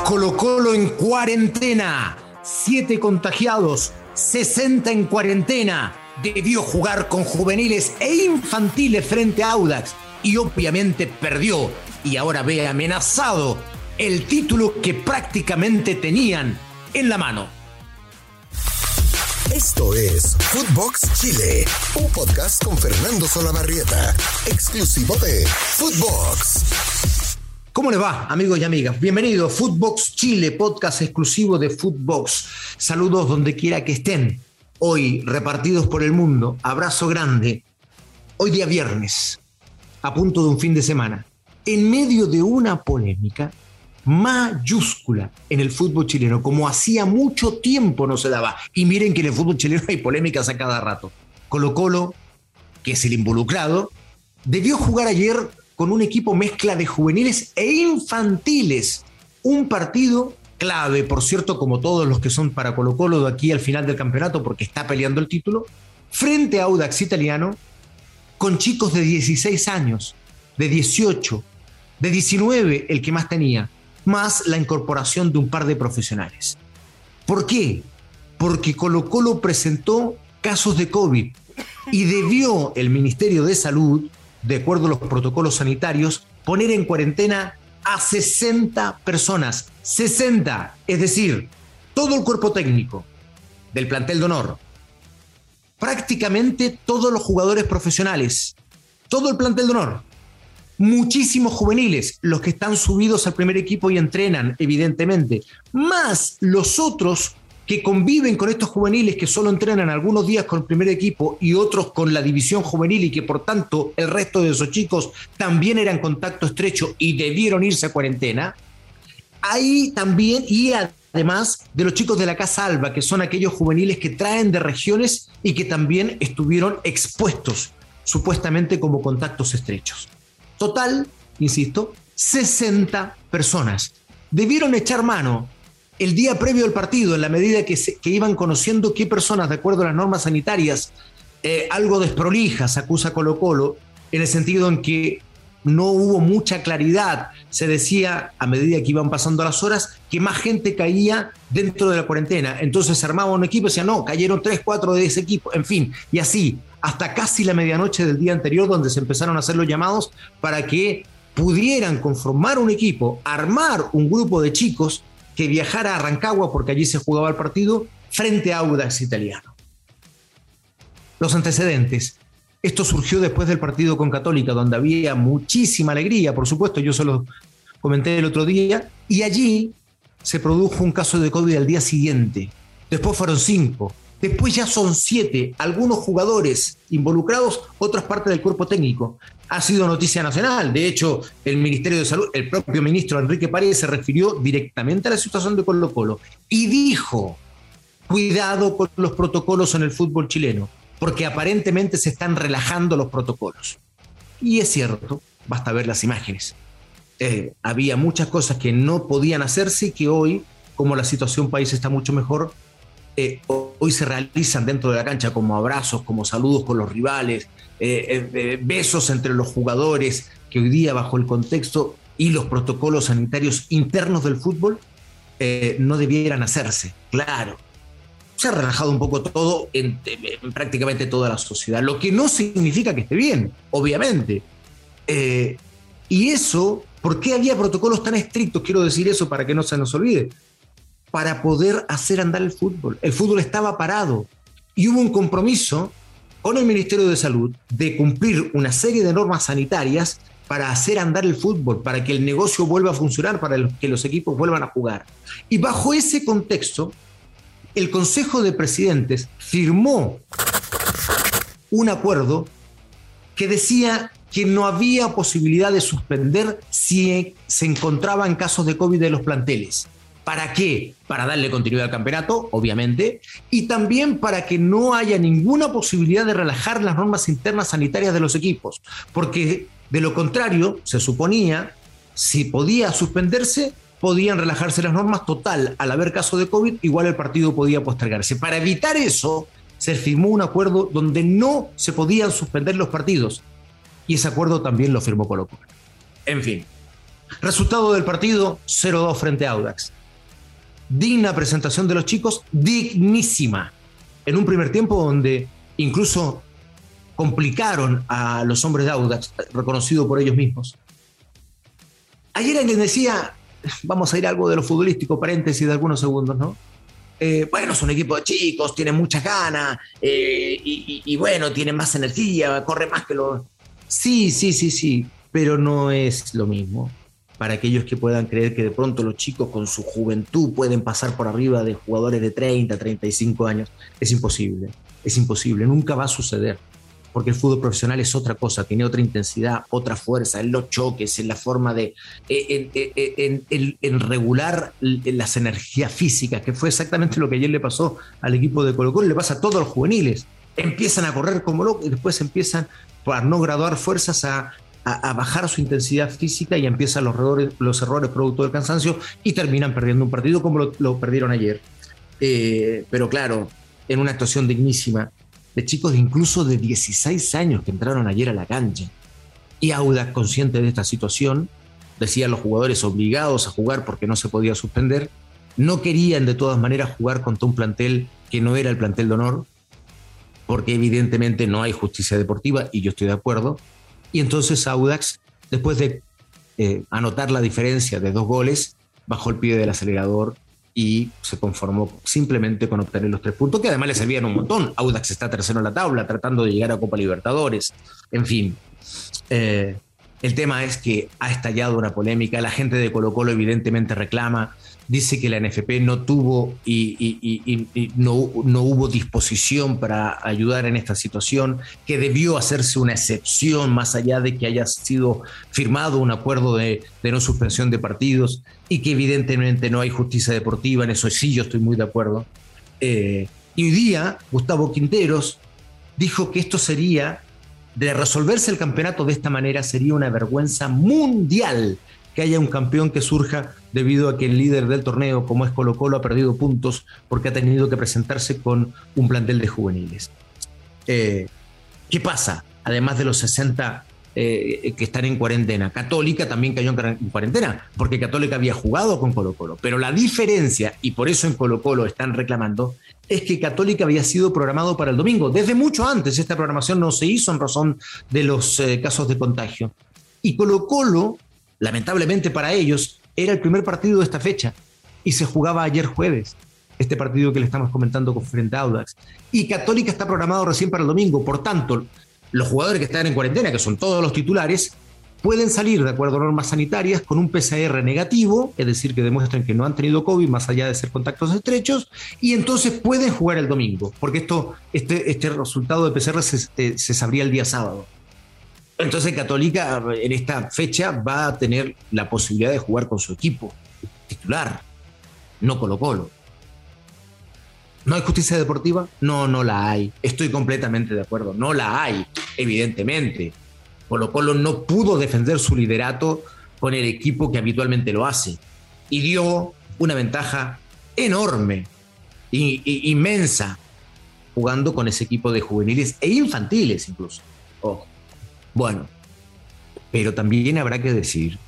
Colo-Colo en cuarentena. 7 contagiados, 60 en cuarentena. Debió jugar con juveniles e infantiles frente a Audax y obviamente perdió. Y ahora ve amenazado el título que prácticamente tenían en la mano. Esto es Footbox Chile, un podcast con Fernando Solabarrieta, exclusivo de Footbox. ¿Cómo les va, amigos y amigas? Bienvenidos a Footbox Chile, podcast exclusivo de Footbox. Saludos donde quiera que estén. Hoy, repartidos por el mundo, abrazo grande. Hoy día viernes, a punto de un fin de semana, en medio de una polémica mayúscula en el fútbol chileno, como hacía mucho tiempo no se daba. Y miren que en el fútbol chileno hay polémicas a cada rato. Colo-Colo, que es el involucrado, debió jugar ayer con un equipo mezcla de juveniles e infantiles. Un partido clave, por cierto, como todos los que son para Colo-Colo de aquí al final del campeonato, porque está peleando el título, frente a Audax Italiano, con chicos de 16 años, de 18, de 19, el que más tenía, más la incorporación de un par de profesionales. ¿Por qué? Porque Colo-Colo presentó casos de COVID y debió el Ministerio de Salud, de acuerdo a los protocolos sanitarios, poner en cuarentena a 60 personas. 60, es decir, todo el cuerpo técnico del plantel de honor, prácticamente todos los jugadores profesionales, todo el plantel de honor, muchísimos juveniles, los que están subidos al primer equipo y entrenan, evidentemente, más los otros que conviven con estos juveniles que solo entrenan algunos días con el primer equipo y otros con la división juvenil y que por tanto el resto de esos chicos también eran contacto estrecho y debieron irse a cuarentena. Ahí también, y además de los chicos de la Casa Alba, que son aquellos juveniles que traen de regiones y que también estuvieron expuestos supuestamente como contactos estrechos. Total, insisto, 60 personas. Debieron echar mano el día previo al partido, en la medida que iban conociendo qué personas, de acuerdo a las normas sanitarias, algo desprolijas, acusa Colo-Colo, en el sentido en que no hubo mucha claridad. Se decía, a medida que iban pasando las horas, que más gente caía dentro de la cuarentena. Entonces se armaba un equipo y decía, no, cayeron 3, 4 de ese equipo, en fin, y así, hasta casi la medianoche del día anterior, donde se empezaron a hacer los llamados para que pudieran conformar un equipo, armar un grupo de chicos que viajara a Rancagua, porque allí se jugaba el partido, frente a Audax Italiano. Los antecedentes. Esto surgió después del partido con Católica, donde había muchísima alegría, por supuesto, yo se lo comenté el otro día, y allí se produjo un caso de COVID al día siguiente. Después fueron 5, después ya son 7, algunos jugadores involucrados, otras partes del cuerpo técnico. Ha sido noticia nacional. De hecho, el Ministerio de Salud, el propio ministro Enrique Paredes, se refirió directamente a la situación de Colo-Colo y dijo, cuidado con los protocolos en el fútbol chileno, porque aparentemente se están relajando los protocolos. Y es cierto, basta ver las imágenes. Había muchas cosas que no podían hacerse y que hoy, como la situación país está mucho mejor, hoy se realizan dentro de la cancha, como abrazos, como saludos con los rivales, besos entre los jugadores, que hoy día bajo el contexto y los protocolos sanitarios internos del fútbol no debieran hacerse. Claro, se ha relajado un poco todo en prácticamente toda la sociedad, lo que no significa que esté bien, obviamente. Y eso, ¿por qué había protocolos tan estrictos? Quiero decir eso para que no se nos olvide. Para poder hacer andar el fútbol. El fútbol estaba parado y hubo un compromiso con el Ministerio de Salud de cumplir una serie de normas sanitarias para hacer andar el fútbol, para que el negocio vuelva a funcionar, para que los equipos vuelvan a jugar. Y bajo ese contexto, el Consejo de Presidentes firmó un acuerdo que decía que no había posibilidad de suspender si se encontraban casos de COVID en los planteles. ¿Para qué? Para darle continuidad al campeonato, obviamente, y también para que no haya ninguna posibilidad de relajar las normas internas sanitarias de los equipos, porque de lo contrario, se suponía, si podía suspenderse, podían relajarse las normas. Total, al haber caso de COVID, igual el partido podía postergarse. Para evitar eso, se firmó un acuerdo donde no se podían suspender los partidos, y ese acuerdo también lo firmó Colo-Colo. En fin, Resultado del partido, 0-2 frente a Audax. Digna presentación de los chicos, dignísima. En un primer tiempo donde incluso complicaron a los hombres de Audax, reconocido por ellos mismos. Ayer alguien decía, vamos a ir a algo de lo futbolístico, paréntesis de algunos segundos, ¿no? Bueno, es un equipo de chicos, tienen muchas ganas, y bueno, tienen más energía, corre más que los... Sí, pero no es lo mismo. Para aquellos que puedan creer que de pronto los chicos con su juventud pueden pasar por arriba de jugadores de 30, 35 años, es imposible, nunca va a suceder. Porque el fútbol profesional es otra cosa, tiene otra intensidad, otra fuerza, en los choques, en la forma de en regular las energías físicas, que fue exactamente lo que ayer le pasó al equipo de Colo-Colo, le pasa a todos los juveniles. Empiezan a correr como locos y después empiezan, por no graduar fuerzas, a bajar su intensidad física y empiezan los errores producto del cansancio y terminan perdiendo un partido como lo perdieron ayer. Pero claro, en una actuación dignísima, de chicos incluso de 16 años que entraron ayer a la cancha. Y Audax, consciente de esta situación, decían los jugadores obligados a jugar porque no se podía suspender, no querían de todas maneras jugar contra un plantel que no era el plantel de honor, porque evidentemente no hay justicia deportiva, y yo estoy de acuerdo. Y entonces Audax, después de anotar la diferencia de 2 goles, bajó el pie del acelerador y se conformó simplemente con obtener los 3 puntos, que además le servían un montón. Audax está tercero en la tabla, tratando de llegar a Copa Libertadores. En fin, el tema es que ha estallado una polémica. La gente de Colo-Colo evidentemente reclama, dice que la NFP no tuvo y no hubo disposición para ayudar en esta situación, que debió hacerse una excepción más allá de que haya sido firmado un acuerdo de no suspensión de partidos, y que evidentemente no hay justicia deportiva. En eso sí yo estoy muy de acuerdo. Y hoy día Gustavo Quinteros dijo que esto sería, de resolverse el campeonato de esta manera, sería una vergüenza mundial que haya un campeón que surja debido a que el líder del torneo, como es Colo-Colo, ha perdido puntos porque ha tenido que presentarse con un plantel de juveniles. ¿Qué pasa? Además de los 60 que están en cuarentena, Católica también cayó en cuarentena, porque Católica había jugado con Colo-Colo. Pero la diferencia, y por eso en Colo-Colo están reclamando, es que Católica había sido programado para el domingo. Desde mucho antes esta programación no se hizo en razón de los casos de contagio. Y Colo-Colo, lamentablemente para ellos, era el primer partido de esta fecha y se jugaba ayer jueves, este partido que le estamos comentando con frente a Audax. Y Católica está programado recién para el domingo. Por tanto, los jugadores que están en cuarentena, que son todos los titulares, pueden salir de acuerdo a normas sanitarias con un PCR negativo, es decir, que demuestran que no han tenido COVID más allá de ser contactos estrechos, y entonces pueden jugar el domingo, porque este resultado de PCR se sabría el día sábado. Entonces Católica en esta fecha va a tener la posibilidad de jugar con su equipo titular, no Colo-Colo. ¿No hay justicia deportiva? No la hay. Estoy completamente de acuerdo. No la hay, evidentemente. Colo-Colo no pudo defender su liderato con el equipo que habitualmente lo hace. Y dio una ventaja enorme, inmensa, jugando con ese equipo de juveniles e infantiles incluso. Oh. Bueno, pero también habrá que decir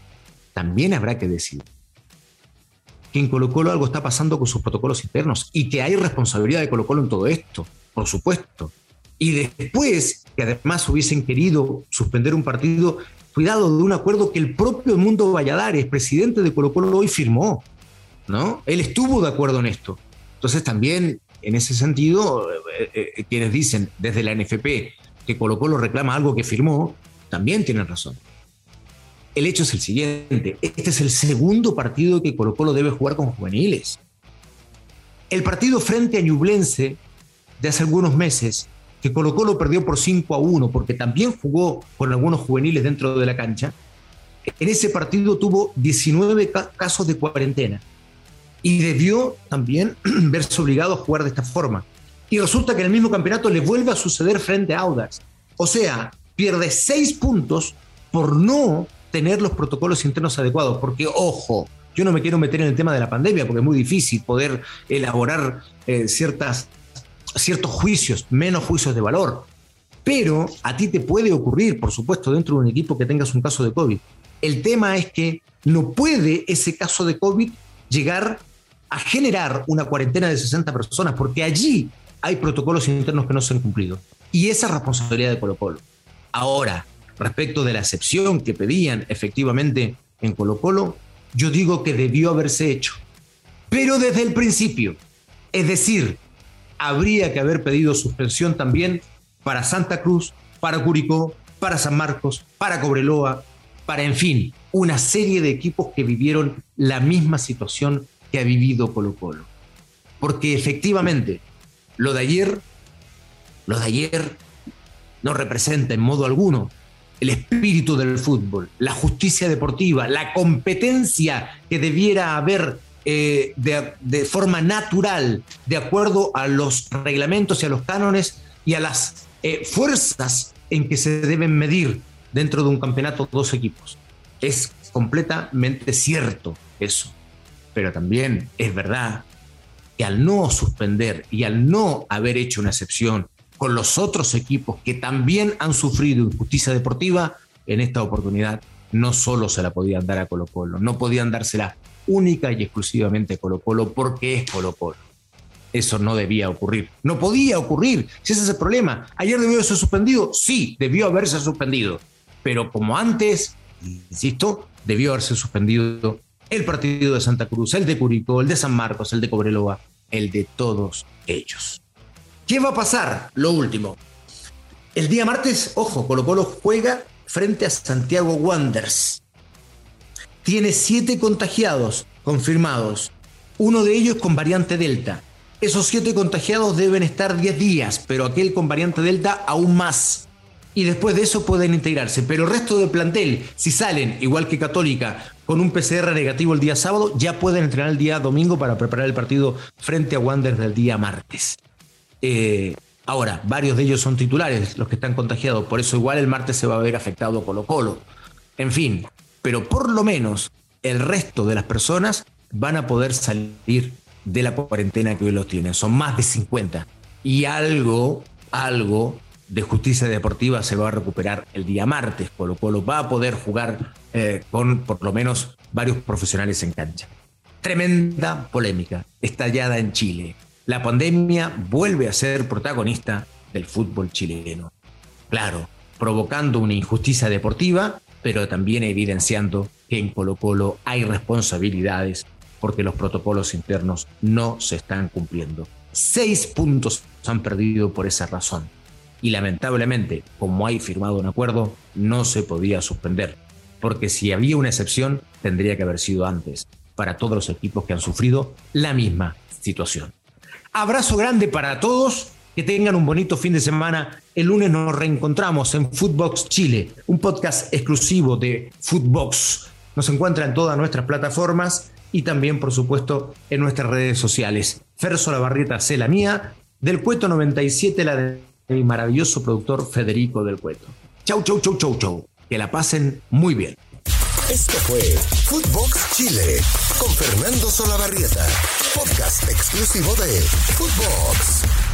que en Colo-Colo algo está pasando con sus protocolos internos y que hay responsabilidad de Colo-Colo en todo esto, por supuesto. Y después, que además hubiesen querido suspender un partido, cuidado, de un acuerdo que el propio Edmundo Valladares, presidente de Colo-Colo, hoy firmó, ¿no? Él estuvo de acuerdo en esto. Entonces también, en ese sentido, quienes dicen desde la NFP que Colo-Colo reclama algo que firmó, también tienen razón. El hecho es el siguiente: este es el segundo partido que Colo-Colo debe jugar con juveniles. El partido frente a Ñublense de hace algunos meses, que Colo-Colo perdió por 5-1, porque también jugó con algunos juveniles dentro de la cancha, en ese partido tuvo 19 casos de cuarentena y debió también verse obligado a jugar de esta forma. Y resulta que en el mismo campeonato le vuelve a suceder frente a Audax. O sea, pierde 6 puntos por no tener los protocolos internos adecuados. Porque, ojo, yo no me quiero meter en el tema de la pandemia porque es muy difícil poder elaborar ciertos juicios, menos juicios de valor. Pero a ti te puede ocurrir, por supuesto, dentro de un equipo que tengas un caso de COVID. El tema es que no puede ese caso de COVID llegar a generar una cuarentena de 60 personas, porque allí hay protocolos internos que no se han cumplido. Y esa es responsabilidad de Colo-Colo. Ahora, respecto de la excepción que pedían efectivamente en Colo-Colo, yo digo que debió haberse hecho, pero desde el principio. Es decir, habría que haber pedido suspensión también para Santa Cruz, para Curicó, para San Marcos, para Cobreloa, para, en fin, una serie de equipos que vivieron la misma situación que ha vivido Colo-Colo. Porque efectivamente, lo de ayer no representa en modo alguno el espíritu del fútbol, la justicia deportiva, la competencia que debiera haber de forma natural, de acuerdo a los reglamentos y a los cánones y a las fuerzas en que se deben medir dentro de un campeonato dos equipos. Es completamente cierto eso, pero también es verdad que al no suspender y al no haber hecho una excepción con los otros equipos que también han sufrido injusticia deportiva, en esta oportunidad no solo se la podían dar a Colo-Colo, no podían dársela única y exclusivamente a Colo-Colo porque es Colo-Colo. Eso no debía ocurrir. No podía ocurrir. Si ese es el problema. ¿Ayer debió haberse suspendido? Sí, debió haberse suspendido. Pero como antes, insisto, debió haberse suspendido el partido de Santa Cruz, el de Curicó, el de San Marcos, el de Cobreloa, el de todos ellos. ¿Qué va a pasar? Lo último. El día martes, ojo, Colo-Colo juega frente a Santiago Wanderers. Tiene 7 contagiados confirmados. Uno de ellos con variante Delta. Esos 7 contagiados deben estar 10 días, pero aquel con variante Delta aún más. Y después de eso pueden integrarse. Pero el resto del plantel, si salen, igual que Católica, con un PCR negativo el día sábado, ya pueden entrenar el día domingo para preparar el partido frente a Wanderers del día martes. Ahora, varios de ellos son titulares, los que están contagiados, por eso igual el martes se va a ver afectado Colo-Colo. En fin, pero por lo menos el resto de las personas van a poder salir de la cuarentena que hoy los tienen. Son más de 50. Y algo de justicia deportiva se va a recuperar el día martes. Colo-Colo va a poder jugar con por lo menos varios profesionales en cancha. Tremenda polémica estallada en Chile. La pandemia vuelve a ser protagonista del fútbol chileno. Claro, provocando una injusticia deportiva, pero también evidenciando que en Colo-Colo hay responsabilidades porque los protocolos internos no se están cumpliendo. 6 puntos se han perdido por esa razón. Y lamentablemente, como hay firmado un acuerdo, no se podía suspender. Porque si había una excepción, tendría que haber sido antes, para todos los equipos que han sufrido la misma situación. Abrazo grande para todos, que tengan un bonito fin de semana. El lunes nos reencontramos en Footbox Chile, un podcast exclusivo de Footbox. Nos encuentra en todas nuestras plataformas y también, por supuesto, en nuestras redes sociales. Fer Solabarrieta, sé la mía, del Cueto 97, la de mi maravilloso productor Federico del Cueto. Chau, chau, chau, chau, chau. Que la pasen muy bien. Esto fue Footbox Chile con Fernando Solabarrieta, podcast exclusivo de Footbox.